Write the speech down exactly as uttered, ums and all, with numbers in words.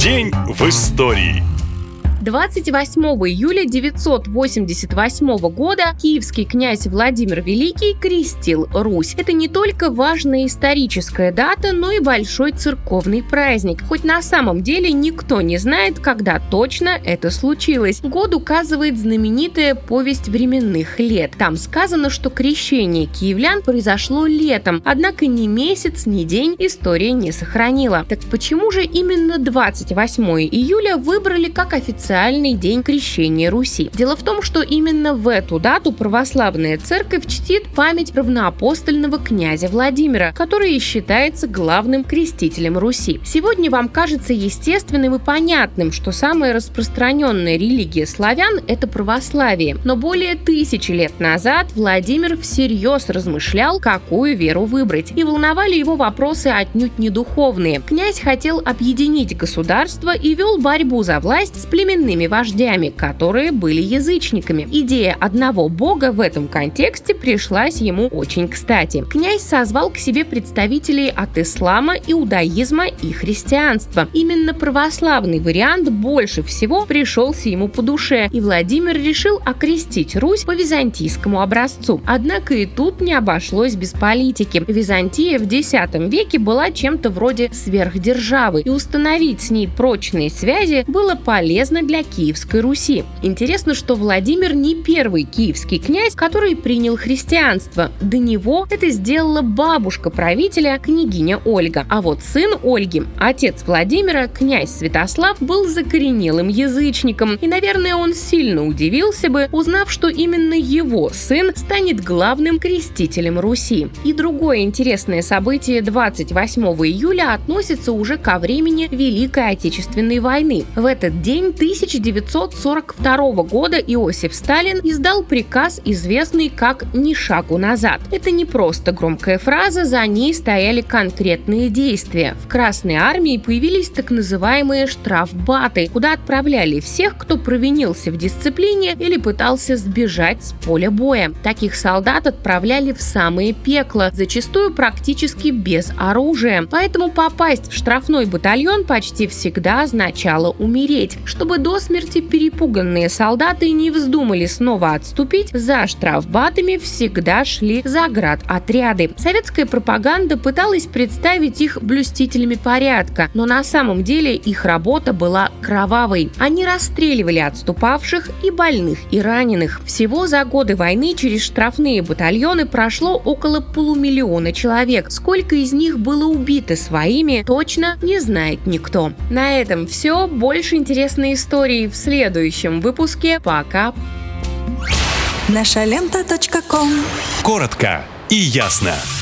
День в истории. двадцать восьмого июля девятьсот восемьдесят восьмого года киевский князь Владимир Великий крестил Русь. Это не только важная историческая дата, но и большой церковный праздник. Хоть на самом деле никто не знает, когда точно это случилось. Год указывает знаменитая повесть временных лет. Там сказано, что крещение киевлян произошло летом, однако ни месяц, ни день история не сохранила. Так почему же именно двадцать восьмого июля выбрали как официальный Официальный день крещения Руси? Дело в том, что именно в эту дату православная церковь чтит память равноапостольного князя Владимира, который и считается главным крестителем Руси. Сегодня вам кажется естественным и понятным, что самая распространенная религия славян – это православие. Но более тысячи лет назад Владимир всерьез размышлял, какую веру выбрать, и волновали его вопросы отнюдь не духовные. Князь хотел объединить государство и вел борьбу за власть с племенными вождями, которые были язычниками. Идея одного бога в этом контексте пришлась ему очень кстати. Князь созвал к себе представителей от ислама, иудаизма и христианства. Именно православный вариант больше всего пришелся ему по душе, и Владимир решил окрестить Русь по византийскому образцу. Однако и тут не обошлось без политики. Византия в десятом веке была чем-то вроде сверхдержавы, и установить с ней прочные связи было полезно для Киевской Руси. Интересно, что Владимир не первый киевский князь, который принял христианство. До него это сделала бабушка правителя, княгиня Ольга. А вот сын Ольги, отец Владимира, князь Святослав, был закоренелым язычником. И, наверное, он сильно удивился бы, узнав, что именно его сын станет главным крестителем Руси. И другое интересное событие двадцать восьмого июля относится уже ко времени Великой Отечественной войны. В этот день тысяча девятьсот сорок второго года Иосиф Сталин издал приказ, известный как «Ни шагу назад». Это не просто громкая фраза, за ней стояли конкретные действия. В Красной армии появились так называемые штрафбаты, куда отправляли всех, кто провинился в дисциплине или пытался сбежать с поля боя. Таких солдат отправляли в самое пекло, зачастую практически без оружия. Поэтому попасть в штрафной батальон почти всегда означало умереть. Чтобы до смерти перепуганные солдаты не вздумали снова отступить, за штрафбатами всегда шли заградотряды. Советская пропаганда пыталась представить их блюстителями порядка, но на самом деле их работа была кровавой. Они расстреливали отступавших и больных, и раненых. Всего за годы войны через штрафные батальоны прошло около полумиллиона человек. Сколько из них было убито своими, точно не знает никто. На этом все. Больше интересной истории в следующем выпуске. Пока! наша лента точка ком. Коротко и ясно.